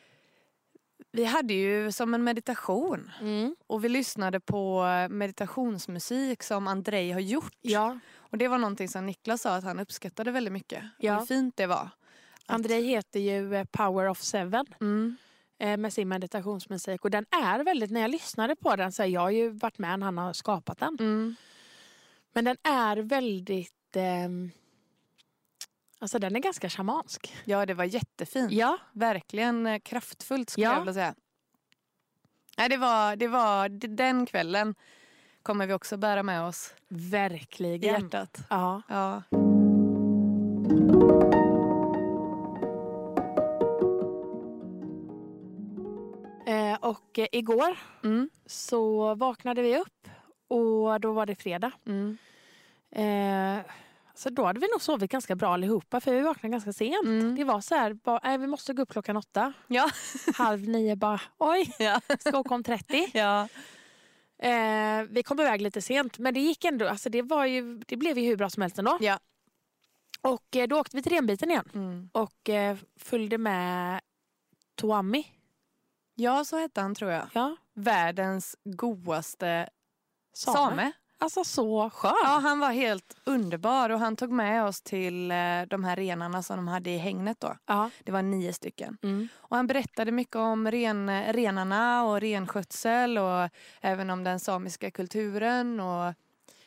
[SPEAKER 1] Vi hade ju som en meditation.
[SPEAKER 2] Mm.
[SPEAKER 1] Och vi lyssnade på meditationsmusik som Andrei har gjort.
[SPEAKER 2] Ja.
[SPEAKER 1] Och det var någonting som Niklas sa att han uppskattade väldigt mycket.
[SPEAKER 2] Ja.
[SPEAKER 1] Och hur fint det var.
[SPEAKER 2] Andrei heter ju eh, Power of Seven.
[SPEAKER 1] Mm.
[SPEAKER 2] eh, Med sin meditationsmusik. Och den är väldigt, när jag lyssnade på den så jag har ju varit med när han har skapat den.
[SPEAKER 1] Mm.
[SPEAKER 2] Men den är väldigt eh, alltså den är ganska shamansk.
[SPEAKER 1] Ja, det var jättefint.
[SPEAKER 2] Ja.
[SPEAKER 1] Verkligen eh, kraftfullt skulle
[SPEAKER 2] Ja.
[SPEAKER 1] jag vilja säga. Nej, det var, det var d- den kvällen kommer vi också bära med oss i
[SPEAKER 2] Verkligen.
[SPEAKER 1] hjärtat.
[SPEAKER 2] Ja.
[SPEAKER 1] Ja.
[SPEAKER 2] Eh, och eh, igår
[SPEAKER 1] Mm.
[SPEAKER 2] så vaknade vi upp och då var det fredag.
[SPEAKER 1] Mm.
[SPEAKER 2] Eh, så då hade vi nog sovit ganska bra allihopa för vi vaknade ganska sent.
[SPEAKER 1] Mm.
[SPEAKER 2] Det var så här, bara, nej, vi måste gå upp klockan åtta.
[SPEAKER 1] Ja.
[SPEAKER 2] Halv nio bara, oj,
[SPEAKER 1] Ja.
[SPEAKER 2] ska åka om trettio.
[SPEAKER 1] Ja.
[SPEAKER 2] Eh, vi kom iväg lite sent men det gick ändå, alltså det, var ju, det blev ju hur bra som helst ändå.
[SPEAKER 1] Ja.
[SPEAKER 2] Och eh, då åkte vi till renbiten igen
[SPEAKER 1] Mm.
[SPEAKER 2] och eh, följde med Tuami.
[SPEAKER 1] Ja, så hette han tror jag.
[SPEAKER 2] Ja,
[SPEAKER 1] Världens godaste
[SPEAKER 2] same.
[SPEAKER 1] same.
[SPEAKER 2] Alltså så skön.
[SPEAKER 1] Ja, han var helt underbar och han tog med oss till eh, de här renarna som de hade i hängnet då.
[SPEAKER 2] Ja.
[SPEAKER 1] Det var nio stycken.
[SPEAKER 2] Mm.
[SPEAKER 1] Och han berättade mycket om ren, renarna och renskötsel och även om den samiska kulturen. Och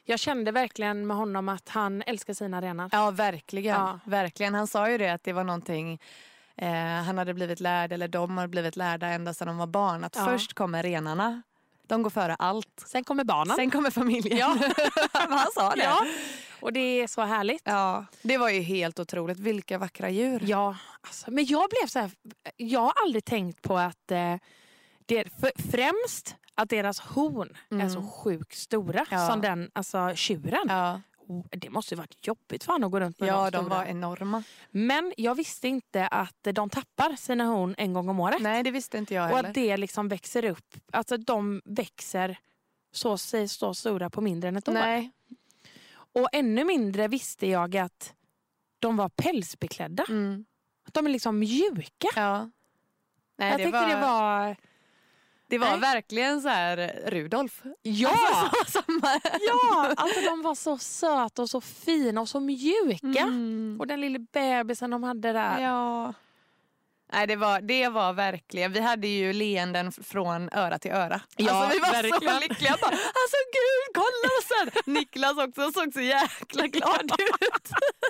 [SPEAKER 2] Jag kände verkligen med honom att han älskar sina renar.
[SPEAKER 1] Ja, verkligen.
[SPEAKER 2] Ja.
[SPEAKER 1] verkligen. Han sa ju det att det var någonting eh, han hade blivit lärd, eller de har blivit lärda ända sedan de var barn. Att
[SPEAKER 2] Ja.
[SPEAKER 1] först kommer renarna. De går före allt.
[SPEAKER 2] Sen kommer barnen.
[SPEAKER 1] Sen kommer familjen.
[SPEAKER 2] Ja.
[SPEAKER 1] Han sa det.
[SPEAKER 2] Ja. Och det är så härligt.
[SPEAKER 1] Ja, det var ju helt otroligt. Vilka vackra djur.
[SPEAKER 2] Ja, alltså, men jag blev så här, jag har aldrig tänkt på att eh, det, för, främst att deras horn
[SPEAKER 1] Mm.
[SPEAKER 2] är så sjukt stora
[SPEAKER 1] Ja.
[SPEAKER 2] som den, alltså tjuren.
[SPEAKER 1] Ja,
[SPEAKER 2] Det måste ju varit jobbigt för honom att gå runt med
[SPEAKER 1] ja
[SPEAKER 2] de
[SPEAKER 1] de
[SPEAKER 2] stora.
[SPEAKER 1] var enorma.
[SPEAKER 2] Men jag visste inte att de tappar sina horn en gång om året.
[SPEAKER 1] Nej, det visste inte jag
[SPEAKER 2] Och
[SPEAKER 1] heller.
[SPEAKER 2] att det liksom växer upp. Alltså de växer så, så, så stora på mindre än ett år.
[SPEAKER 1] Nej.
[SPEAKER 2] Och ännu mindre visste jag att de var pälsbeklädda.
[SPEAKER 1] Mm.
[SPEAKER 2] Att de är liksom mjuka.
[SPEAKER 1] Ja. Nej,
[SPEAKER 2] jag
[SPEAKER 1] det
[SPEAKER 2] tyckte
[SPEAKER 1] var,
[SPEAKER 2] det var...
[SPEAKER 1] det var
[SPEAKER 2] nej.
[SPEAKER 1] verkligen så här Rudolf.
[SPEAKER 2] Ja!
[SPEAKER 1] Alltså, så, som,
[SPEAKER 2] Ja, alltså de var så söta och så fina och så mjuka.
[SPEAKER 1] Mm.
[SPEAKER 2] Och den lilla bebisen de hade där.
[SPEAKER 1] Ja. Nej, det var, det var verkligen. Vi hade ju leenden från öra till öra.
[SPEAKER 2] Ja,
[SPEAKER 1] alltså, vi var
[SPEAKER 2] verkligen.
[SPEAKER 1] så lyckliga. Bara, alltså gud, kolla oss här. Niklas också såg så jäkla glad ut.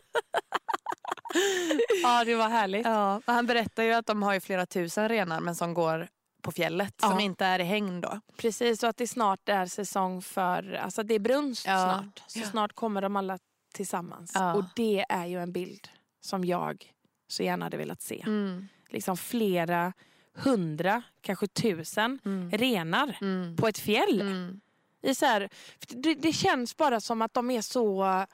[SPEAKER 2] Ja, det var härligt.
[SPEAKER 1] Ja, och han berättar ju att de har ju flera tusen renar men som går på fjället.
[SPEAKER 2] Ja.
[SPEAKER 1] Som inte är i hägn då.
[SPEAKER 2] Precis, och att det snart är säsong för... Alltså det är brunst
[SPEAKER 1] Ja.
[SPEAKER 2] snart. Så
[SPEAKER 1] Ja.
[SPEAKER 2] snart kommer de alla tillsammans.
[SPEAKER 1] Ja.
[SPEAKER 2] Och det är ju en bild som jag så gärna hade velat se.
[SPEAKER 1] Mm.
[SPEAKER 2] Liksom flera hundra, kanske tusen
[SPEAKER 1] Mm.
[SPEAKER 2] renar
[SPEAKER 1] Mm.
[SPEAKER 2] på ett fjäll.
[SPEAKER 1] Mm.
[SPEAKER 2] I så här, det, det känns bara som att de är så...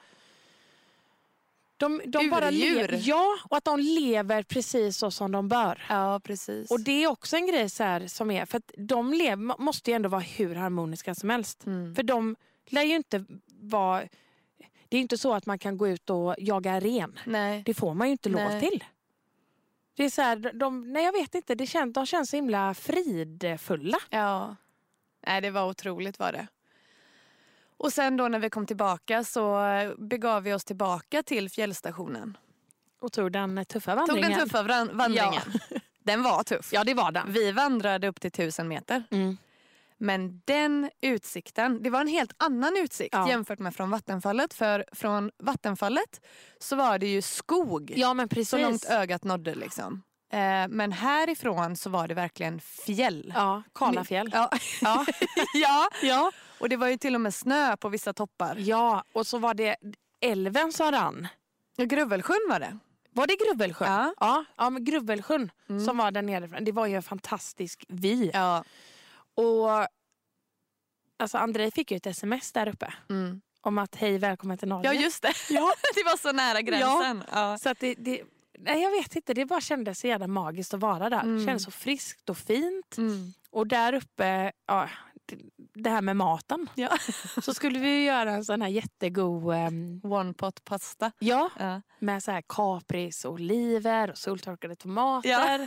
[SPEAKER 2] De, de bara
[SPEAKER 1] Urdjur.
[SPEAKER 2] lever, ja, och att de lever precis så som de bör.
[SPEAKER 1] Ja, precis.
[SPEAKER 2] Och det är också en grej så här som är... För att de lever, måste ju ändå vara hur harmoniska som helst.
[SPEAKER 1] Mm.
[SPEAKER 2] För de lär ju inte vara... Det är inte så att man kan gå ut och jaga ren.
[SPEAKER 1] Nej.
[SPEAKER 2] Det får man ju inte lov
[SPEAKER 1] Nej.
[SPEAKER 2] till. Det är så här, de, nej jag vet inte, det känns, de känns så himla fridfulla.
[SPEAKER 1] Ja. Nej, det var otroligt var det. Och sen då när vi kom tillbaka så begav vi oss tillbaka till fjällstationen.
[SPEAKER 2] Och tog den tuffa
[SPEAKER 1] Tog
[SPEAKER 2] vandringen.
[SPEAKER 1] den tuffa vran- vandringen. Den var tuff.
[SPEAKER 2] Ja, det var den.
[SPEAKER 1] Vi vandrade upp till tusen meter.
[SPEAKER 2] Mm.
[SPEAKER 1] Men den utsikten, det var en helt annan utsikt
[SPEAKER 2] Ja.
[SPEAKER 1] jämfört med från vattenfallet. För från vattenfallet så var det ju skog.
[SPEAKER 2] Ja, men precis.
[SPEAKER 1] Så långt ögat nådde liksom. Eh, men härifrån så var det verkligen fjäll.
[SPEAKER 2] Ja, Karlafjäll.
[SPEAKER 1] Ja.
[SPEAKER 2] Ja.
[SPEAKER 1] ja.
[SPEAKER 2] Ja.
[SPEAKER 1] Och det var ju till och med snö på vissa toppar.
[SPEAKER 2] Ja, och så var det älven som rann.
[SPEAKER 1] Ja, Gruvelsjön var det.
[SPEAKER 2] Var det Gruvelsjön?
[SPEAKER 1] Ja.
[SPEAKER 2] Ja, ja men Gruvelsjön
[SPEAKER 1] Mm.
[SPEAKER 2] som var där nere. Det var ju en fantastisk vy.
[SPEAKER 1] Ja.
[SPEAKER 2] Och alltså Andrei fick ju ett sms där uppe.
[SPEAKER 1] Mm.
[SPEAKER 2] Om att hej, välkommen till Norge.
[SPEAKER 1] Ja, just det.
[SPEAKER 2] Ja.
[SPEAKER 1] Det var så nära gränsen. Ja.
[SPEAKER 2] Så att det, det, nej, jag vet inte, det bara kändes så jävla magiskt att vara där.
[SPEAKER 1] Mm.
[SPEAKER 2] Det kändes så friskt och fint.
[SPEAKER 1] Mm.
[SPEAKER 2] Och där uppe, ja, det, det här med maten.
[SPEAKER 1] Ja.
[SPEAKER 2] Så skulle vi ju göra en sån här jättegod, ehm,
[SPEAKER 1] One pot pasta.
[SPEAKER 2] ja,
[SPEAKER 1] Ja.
[SPEAKER 2] med så här kapris, oliver och soltorkade tomater.
[SPEAKER 1] Ja.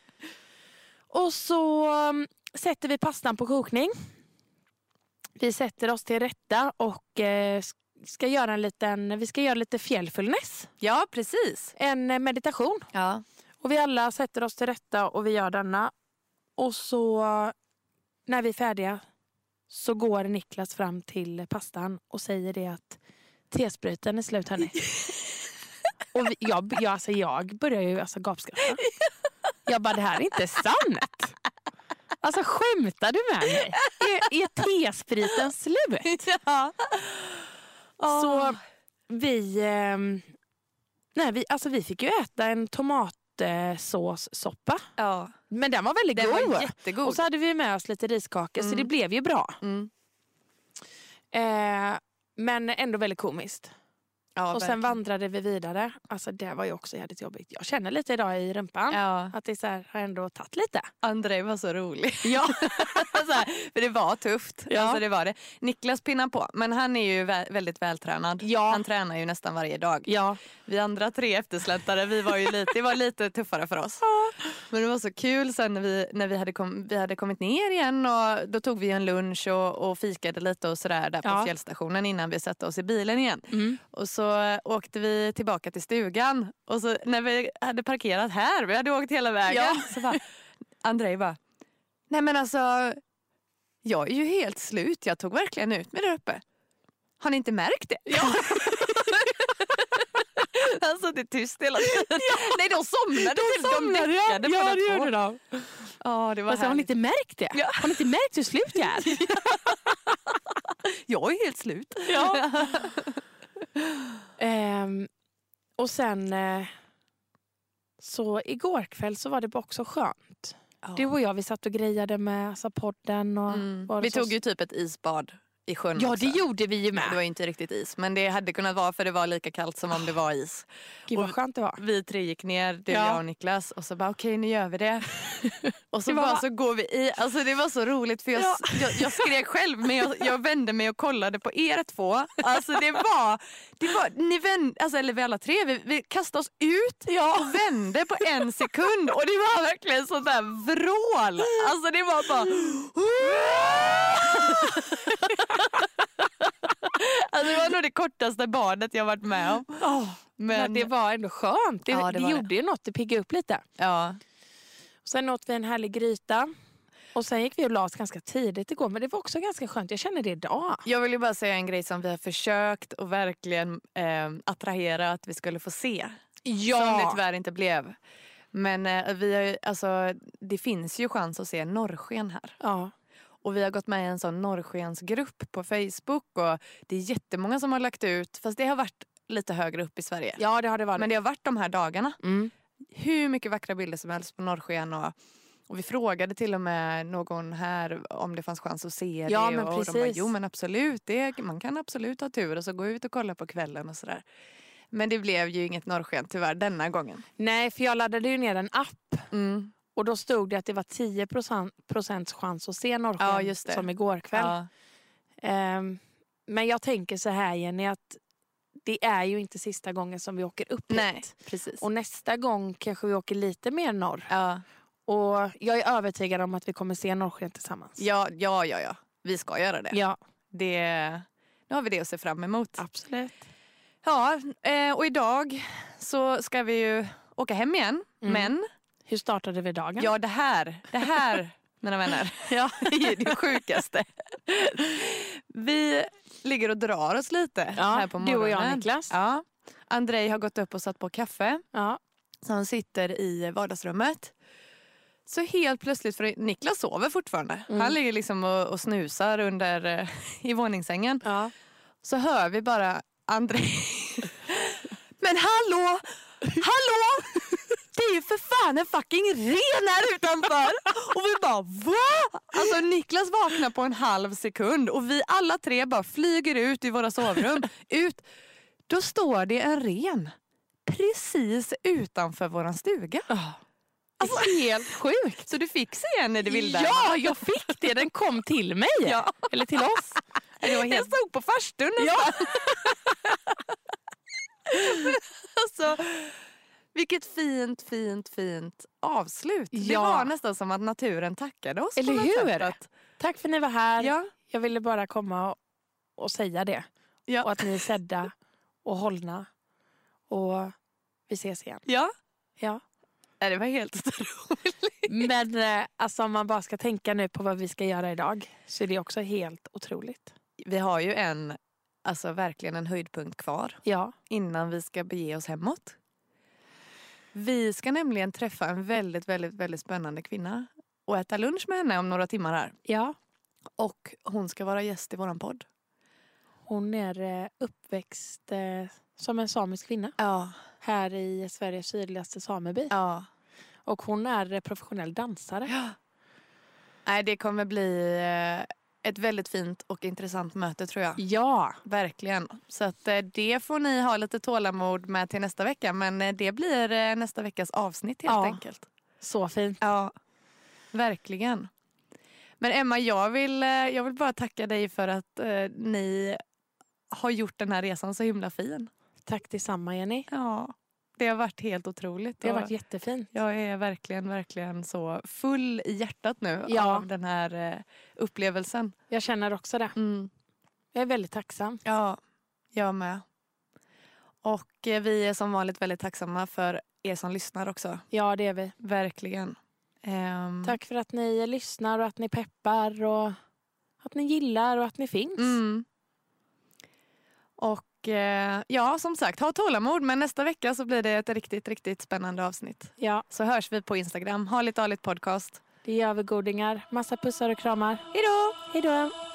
[SPEAKER 2] Och så um, sätter vi pastan på kokning. Vi sätter oss till rätta och eh, ska göra en liten, vi ska göra lite fjällfullness.
[SPEAKER 1] Ja, precis.
[SPEAKER 2] En eh, meditation.
[SPEAKER 1] Ja.
[SPEAKER 2] Och vi alla sätter oss till rätta och vi gör denna. Och så när vi är färdiga så går Niklas fram till pastan och säger det att tespriten är slut, hörni. Och vi, jag, jag, alltså jag börjar ju alltså gapskratta. Jag bara, det här är inte sant. Alltså skämtar du med mig? Är, är tespriten slut?
[SPEAKER 1] Ja.
[SPEAKER 2] Så vi, eh, nej, vi, alltså vi fick ju äta en tomatsåssoppa.
[SPEAKER 1] Ja.
[SPEAKER 2] Men den var väldigt
[SPEAKER 1] Den
[SPEAKER 2] god.
[SPEAKER 1] var jättegod.
[SPEAKER 2] Och så hade vi med oss lite riskakor så
[SPEAKER 1] Mm.
[SPEAKER 2] det blev ju bra.
[SPEAKER 1] Mm.
[SPEAKER 2] Eh, men ändå väldigt komiskt.
[SPEAKER 1] Ja,
[SPEAKER 2] och sen
[SPEAKER 1] verkligen.
[SPEAKER 2] vandrade vi vidare. Alltså det var ju också jävligt jobbigt. Jag känner lite idag i rumpan.
[SPEAKER 1] Ja.
[SPEAKER 2] Att det så här, har ändå tagit lite.
[SPEAKER 1] Andrei var så rolig.
[SPEAKER 2] Ja.
[SPEAKER 1] så här, för det var tufft.
[SPEAKER 2] Ja.
[SPEAKER 1] Alltså det var det. Niklas pinnar på. Men han är ju vä- väldigt vältränad.
[SPEAKER 2] Ja.
[SPEAKER 1] Han tränar ju nästan varje dag.
[SPEAKER 2] Ja.
[SPEAKER 1] Vi andra tre eftersläntare, vi var ju lite, det var lite tuffare för oss. Men det var så kul sen när vi, när vi, hade, kom, vi hade kommit ner igen. Och då tog vi en lunch och, och fikade lite och sådär där på
[SPEAKER 2] Ja.
[SPEAKER 1] fjällstationen innan vi satte oss i bilen igen.
[SPEAKER 2] Mm.
[SPEAKER 1] Och så åkte vi tillbaka till stugan. Och så när vi hade parkerat här, vi hade åkt hela vägen.
[SPEAKER 2] Ja.
[SPEAKER 1] Så bara, Andrei bara, nej men alltså, jag är ju helt slut. Jag tog verkligen ut mig där uppe. Har ni inte märkt det?
[SPEAKER 2] Ja.
[SPEAKER 1] Alltså det är tyst hela tiden. Ja. Nej, de somnade.
[SPEAKER 2] De
[SPEAKER 1] till.
[SPEAKER 2] somnade,
[SPEAKER 1] de
[SPEAKER 2] ja.
[SPEAKER 1] däckade
[SPEAKER 2] Ja,
[SPEAKER 1] båda
[SPEAKER 2] det
[SPEAKER 1] två.
[SPEAKER 2] gjorde de.
[SPEAKER 1] Ja, det var
[SPEAKER 2] Alltså, har ni inte märkt det?
[SPEAKER 1] Ja.
[SPEAKER 2] Har ni inte märkt hur slut jag är?
[SPEAKER 1] Jag är helt slut.
[SPEAKER 2] Ja. ehm, och sen eh, så igår kväll så var det också skönt.
[SPEAKER 1] Ja.
[SPEAKER 2] Du och jag, vi satt och grejade med alltså, podden. Och
[SPEAKER 1] Mm.
[SPEAKER 2] var det
[SPEAKER 1] Vi
[SPEAKER 2] så...
[SPEAKER 1] tog ju typ ett isbad i sjön
[SPEAKER 2] Ja,
[SPEAKER 1] också.
[SPEAKER 2] det gjorde vi ju med.
[SPEAKER 1] Det var ju inte riktigt is, men det hade kunnat vara, för det var lika kallt som om det var is.
[SPEAKER 2] Gud vad
[SPEAKER 1] Och
[SPEAKER 2] skönt det var.
[SPEAKER 1] Vi tre gick ner, du,
[SPEAKER 2] Ja.
[SPEAKER 1] jag och Niklas, och så bara okej, okay, nu gör vi det. Och så
[SPEAKER 2] Det var-
[SPEAKER 1] bara så går vi i. Alltså det var så roligt för jag,
[SPEAKER 2] Ja.
[SPEAKER 1] jag, jag skrek själv, men jag, jag vände mig och kollade på er två. Alltså det var, det var ni vände, alltså, eller vi alla tre, vi, vi kastade oss ut
[SPEAKER 2] Ja.
[SPEAKER 1] och vände på en sekund. Och det var verkligen sånt där vrål. Alltså det var bara... Alltså det var nog det kortaste badet jag varit med om.
[SPEAKER 2] Oh, men...
[SPEAKER 1] Men
[SPEAKER 2] det var ändå skönt. Det,
[SPEAKER 1] Ja, det
[SPEAKER 2] det,
[SPEAKER 1] var
[SPEAKER 2] gjorde ju något, det piggade upp lite.
[SPEAKER 1] ja.
[SPEAKER 2] Sen åt vi en härlig gryta. Och sen gick vi och la oss ganska tidigt igår. Men det var också ganska skönt. Jag känner det idag.
[SPEAKER 1] Jag vill ju bara säga en grej som vi har försökt och verkligen eh, attrahera att vi skulle få se. Som det tyvärr inte blev. Men eh, vi har ju, alltså, det finns ju chans att se norrsken här.
[SPEAKER 2] Ja.
[SPEAKER 1] Och vi har gått med i en sån norrskensgrupp på Facebook. Och det är jättemånga som har lagt ut. Fast det har varit lite högre upp i Sverige.
[SPEAKER 2] Ja, det har det varit.
[SPEAKER 1] Men det har varit de här dagarna.
[SPEAKER 2] Mm.
[SPEAKER 1] Hur mycket vackra bilder som helst på norrsken. Och, och vi frågade till och med någon här om det fanns chans att se
[SPEAKER 2] Ja,
[SPEAKER 1] det.
[SPEAKER 2] men
[SPEAKER 1] och
[SPEAKER 2] precis.
[SPEAKER 1] de bara, jo men absolut. Det, man kan absolut ha tur och så gå ut och kolla på kvällen och sådär. Men det blev ju inget norrsken tyvärr denna gången.
[SPEAKER 2] Nej, för jag laddade ju ner en app.
[SPEAKER 1] Mm.
[SPEAKER 2] Och då stod det att det var tio procent chans att se norrsken.
[SPEAKER 1] Ja, just det.
[SPEAKER 2] Som igår kväll.
[SPEAKER 1] Ja.
[SPEAKER 2] Ehm, men jag tänker så här, Jenny, att det är ju inte sista gången som vi åker upp
[SPEAKER 1] Nej,
[SPEAKER 2] hit.
[SPEAKER 1] precis.
[SPEAKER 2] Och nästa gång kanske vi åker lite mer norr.
[SPEAKER 1] Ja.
[SPEAKER 2] Och jag är övertygad om att vi kommer se norrsken tillsammans.
[SPEAKER 1] Ja, ja, ja, ja. Vi ska göra det.
[SPEAKER 2] Ja,
[SPEAKER 1] det. Nu har vi det att se fram emot.
[SPEAKER 2] absolut.
[SPEAKER 1] Ja, eh, och idag så ska vi ju åka hem igen.
[SPEAKER 2] Mm.
[SPEAKER 1] Men,
[SPEAKER 2] Hur startade vi dagen?
[SPEAKER 1] ja det här, det här, mina vänner, ja, det är det sjukaste. Vi ligger och drar oss lite
[SPEAKER 2] Ja,
[SPEAKER 1] här på
[SPEAKER 2] du
[SPEAKER 1] morgonen.
[SPEAKER 2] och jag, Niklas.
[SPEAKER 1] Ja. Andrei har gått upp och satt på kaffe.
[SPEAKER 2] Ja.
[SPEAKER 1] Så han sitter i vardagsrummet. Så helt plötsligt, för Niklas sover fortfarande.
[SPEAKER 2] Mm.
[SPEAKER 1] Han ligger liksom och, och snusar under eh, i våningssängen.
[SPEAKER 2] Ja.
[SPEAKER 1] Så hör vi bara Andrei. Men hallå! Hallå! Det är ju för fan en fucking ren här utanför. Och vi bara, va? Alltså Niklas vaknar på en halv sekund. Och vi alla tre bara flyger ut i våra sovrum. Ut. Då står det en ren. Precis utanför våran stuga.
[SPEAKER 2] Alltså, helt sjukt.
[SPEAKER 1] Så du fick se en i det vilda?
[SPEAKER 2] Ja, jag fick det. Den kom till mig.
[SPEAKER 1] Ja.
[SPEAKER 2] Eller till oss. Det var
[SPEAKER 1] Jag
[SPEAKER 2] helt...
[SPEAKER 1] stod på farstun nästan.
[SPEAKER 2] Ja.
[SPEAKER 1] Alltså, vilket fint, fint, fint avslut. Det
[SPEAKER 2] Ja.
[SPEAKER 1] var nästan som att naturen tackade oss.
[SPEAKER 2] Eller
[SPEAKER 1] på något
[SPEAKER 2] hur?
[SPEAKER 1] sätt. Att,
[SPEAKER 2] Tack för att ni var här.
[SPEAKER 1] ja,
[SPEAKER 2] Jag ville bara komma och, och säga det.
[SPEAKER 1] ja,
[SPEAKER 2] Och att ni är sedda och hållna. Och vi ses igen.
[SPEAKER 1] ja.
[SPEAKER 2] Ja.
[SPEAKER 1] Nej, det var helt otroligt.
[SPEAKER 2] Men eh, alltså, om man bara ska tänka nu på vad vi ska göra idag. Så är det också helt otroligt.
[SPEAKER 1] Vi har ju en, alltså verkligen en höjdpunkt kvar
[SPEAKER 2] Ja.
[SPEAKER 1] innan vi ska bege oss hemåt. Vi ska nämligen träffa en väldigt, väldigt, väldigt spännande kvinna och äta lunch med henne om några timmar här.
[SPEAKER 2] Ja.
[SPEAKER 1] Och hon ska vara gäst i våran podd.
[SPEAKER 2] Hon är eh, uppväxt eh, som en samisk kvinna.
[SPEAKER 1] Ja,
[SPEAKER 2] Här i Sveriges sydligaste sameby.
[SPEAKER 1] ja.
[SPEAKER 2] Och hon är eh, professionell dansare.
[SPEAKER 1] Ja. Nej, det kommer bli eh, ett väldigt fint och intressant möte tror jag.
[SPEAKER 2] Ja.
[SPEAKER 1] Verkligen. Så att eh, det får ni ha lite tålamod med till nästa vecka. Men eh, det blir eh, nästa veckas avsnitt helt
[SPEAKER 2] Ja.
[SPEAKER 1] enkelt.
[SPEAKER 2] Så fint.
[SPEAKER 1] Ja, verkligen. Men Emma, jag vill, eh, jag vill bara tacka dig för att eh, ni har gjort den här resan så himla fin.
[SPEAKER 2] Tack detsamma, Jenny.
[SPEAKER 1] Ja, det har varit helt otroligt.
[SPEAKER 2] Det har
[SPEAKER 1] Och
[SPEAKER 2] varit jättefint.
[SPEAKER 1] jag är verkligen, verkligen så full i hjärtat nu
[SPEAKER 2] Ja.
[SPEAKER 1] av den här eh, upplevelsen.
[SPEAKER 2] Jag känner också det.
[SPEAKER 1] Mm.
[SPEAKER 2] Jag är väldigt tacksam.
[SPEAKER 1] Ja, jag med. Och eh, vi är som vanligt väldigt tacksamma för er som lyssnar också.
[SPEAKER 2] Ja, det är vi.
[SPEAKER 1] Verkligen. Ehm,
[SPEAKER 2] Tack för att ni lyssnar och att ni peppar och att ni gillar och att ni finns.
[SPEAKER 1] Mm. Och eh, ja, som sagt, ha tålamod. Men nästa vecka så blir det ett riktigt, riktigt spännande avsnitt.
[SPEAKER 2] Ja,
[SPEAKER 1] Så hörs vi på Instagram. Ha lite aligt podcast.
[SPEAKER 2] det gör vi godingar. Massa pussar och kramar.
[SPEAKER 1] Hej då!
[SPEAKER 2] Hej då!